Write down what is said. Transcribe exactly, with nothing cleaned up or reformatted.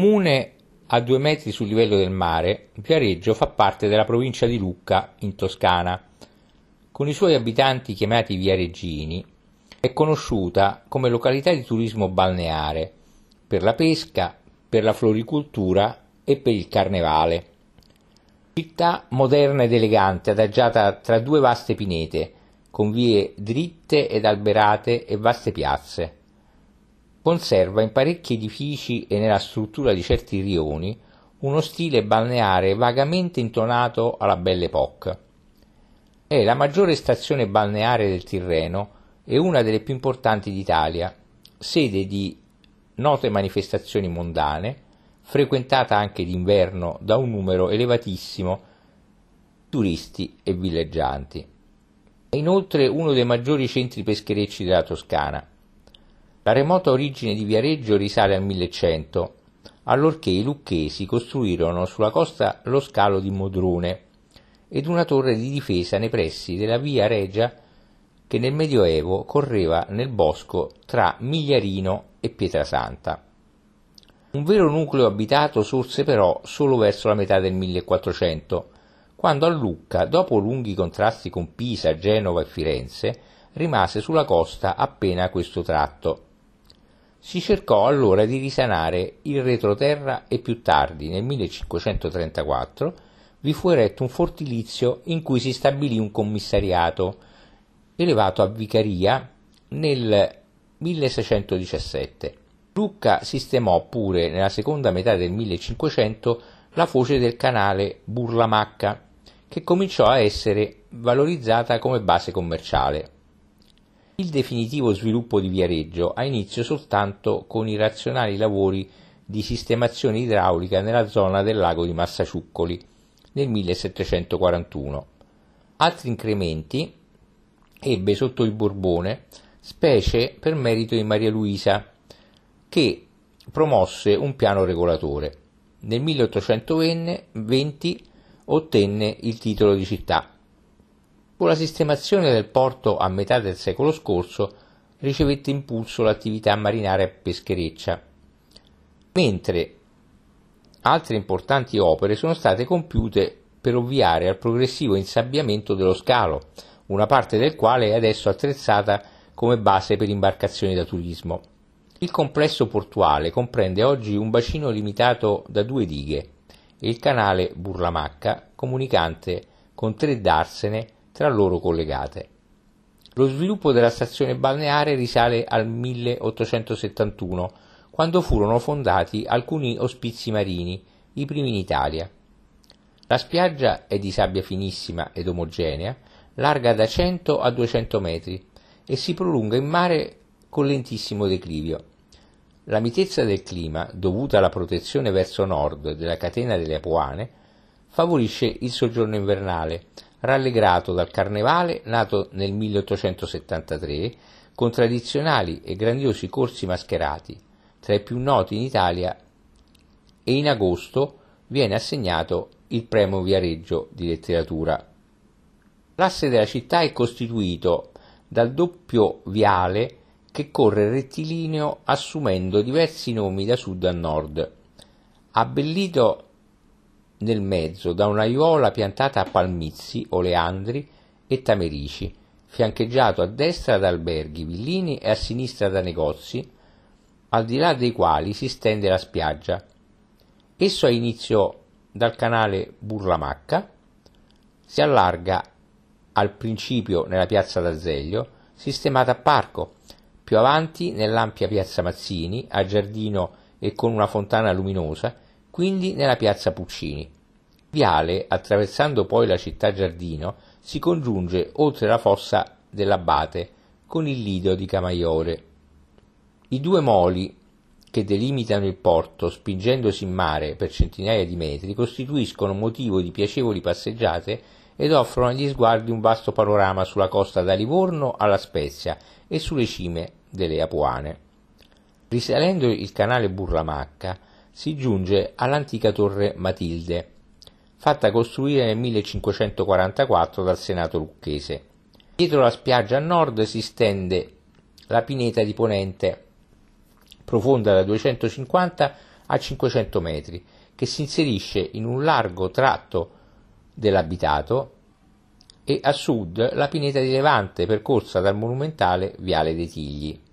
Comune a due metri sul livello del mare, Viareggio fa parte della provincia di Lucca, in Toscana. Con i suoi abitanti chiamati viareggini, è conosciuta come località di turismo balneare, per la pesca, per la floricoltura e per il carnevale. Città moderna ed elegante, adagiata tra due vaste pinete, con vie dritte ed alberate e vaste piazze. Conserva in parecchi edifici e nella struttura di certi rioni uno stile balneare vagamente intonato alla Belle Époque. È la maggiore stazione balneare del Tirreno e una delle più importanti d'Italia, sede di note manifestazioni mondane, frequentata anche d'inverno da un numero elevatissimo di turisti e villeggianti. È inoltre uno dei maggiori centri pescherecci della Toscana. La remota origine di Viareggio risale al millecento, allorché i lucchesi costruirono sulla costa lo scalo di Modrone ed una torre di difesa nei pressi della via Regia che nel Medioevo correva nel bosco tra Migliarino e Pietrasanta. Un vero nucleo abitato sorse però solo verso la metà del millequattrocento, quando a Lucca, dopo lunghi contrasti con Pisa, Genova e Firenze, rimase sulla costa appena questo tratto. Si cercò allora di risanare il retroterra e più tardi, nel millecinquecentotrentaquattro, vi fu eretto un fortilizio in cui si stabilì un commissariato, elevato a vicaria nel milleseicentodiciassette. Lucca sistemò pure nella seconda metà del millecinquecento la foce del canale Burlamacca, che cominciò a essere valorizzata come base commerciale. Il definitivo sviluppo di Viareggio ha inizio soltanto con i razionali lavori di sistemazione idraulica nella zona del lago di Massaciuccoli nel millesettecentoquarantuno. Altri incrementi ebbe sotto il Borbone, specie per merito di Maria Luisa, che promosse un piano regolatore. Nel milleottocentoventi ottenne il titolo di città. Con la sistemazione del porto a metà del secolo scorso ricevette impulso l'attività marinara e peschereccia, mentre altre importanti opere sono state compiute per ovviare al progressivo insabbiamento dello scalo, una parte del quale è adesso attrezzata come base per imbarcazioni da turismo. Il complesso portuale comprende oggi un bacino limitato da due dighe e il canale Burlamacca, comunicante con tre darsene tra loro collegate. Lo sviluppo della stazione balneare risale al milleottocentosettantuno, quando furono fondati alcuni ospizi marini, i primi in Italia. La spiaggia è di sabbia finissima ed omogenea, larga da cento a duecento metri e si prolunga in mare con lentissimo declivio. La mitezza del clima, dovuta alla protezione verso nord della catena delle Apuane, favorisce il soggiorno invernale, rallegrato dal carnevale nato nel milleottocentosettantatré, con tradizionali e grandiosi corsi mascherati, tra i più noti in Italia, e in agosto viene assegnato il Premio Viareggio di letteratura. L'asse della città è costituito dal doppio viale che corre rettilineo assumendo diversi nomi da sud a nord, abbellito nel mezzo da un'aiuola piantata a palmizi, oleandri e tamerici, fiancheggiato a destra da alberghi, villini e a sinistra da negozi, al di là dei quali si stende la spiaggia. Esso ha inizio dal canale Burlamacca, si allarga al principio nella piazza d'Azeglio, sistemata a parco, più avanti nell'ampia piazza Mazzini, a giardino e con una fontana luminosa, quindi nella piazza Puccini. Il viale, attraversando poi la città giardino, si congiunge oltre la fossa dell'Abate con il lido di Camaiore. I due moli che delimitano il porto, spingendosi in mare per centinaia di metri, costituiscono motivo di piacevoli passeggiate ed offrono agli sguardi un vasto panorama sulla costa da Livorno alla Spezia e sulle cime delle Apuane. Risalendo il canale Burlamacca si giunge all'antica torre Matilde, fatta costruire nel millecinquecentoquarantaquattro dal Senato lucchese. Dietro la spiaggia a nord si stende la pineta di Ponente, profonda da duecentocinquanta a cinquecento metri, che si inserisce in un largo tratto dell'abitato, e a sud la pineta di Levante percorsa dal monumentale Viale dei Tigli.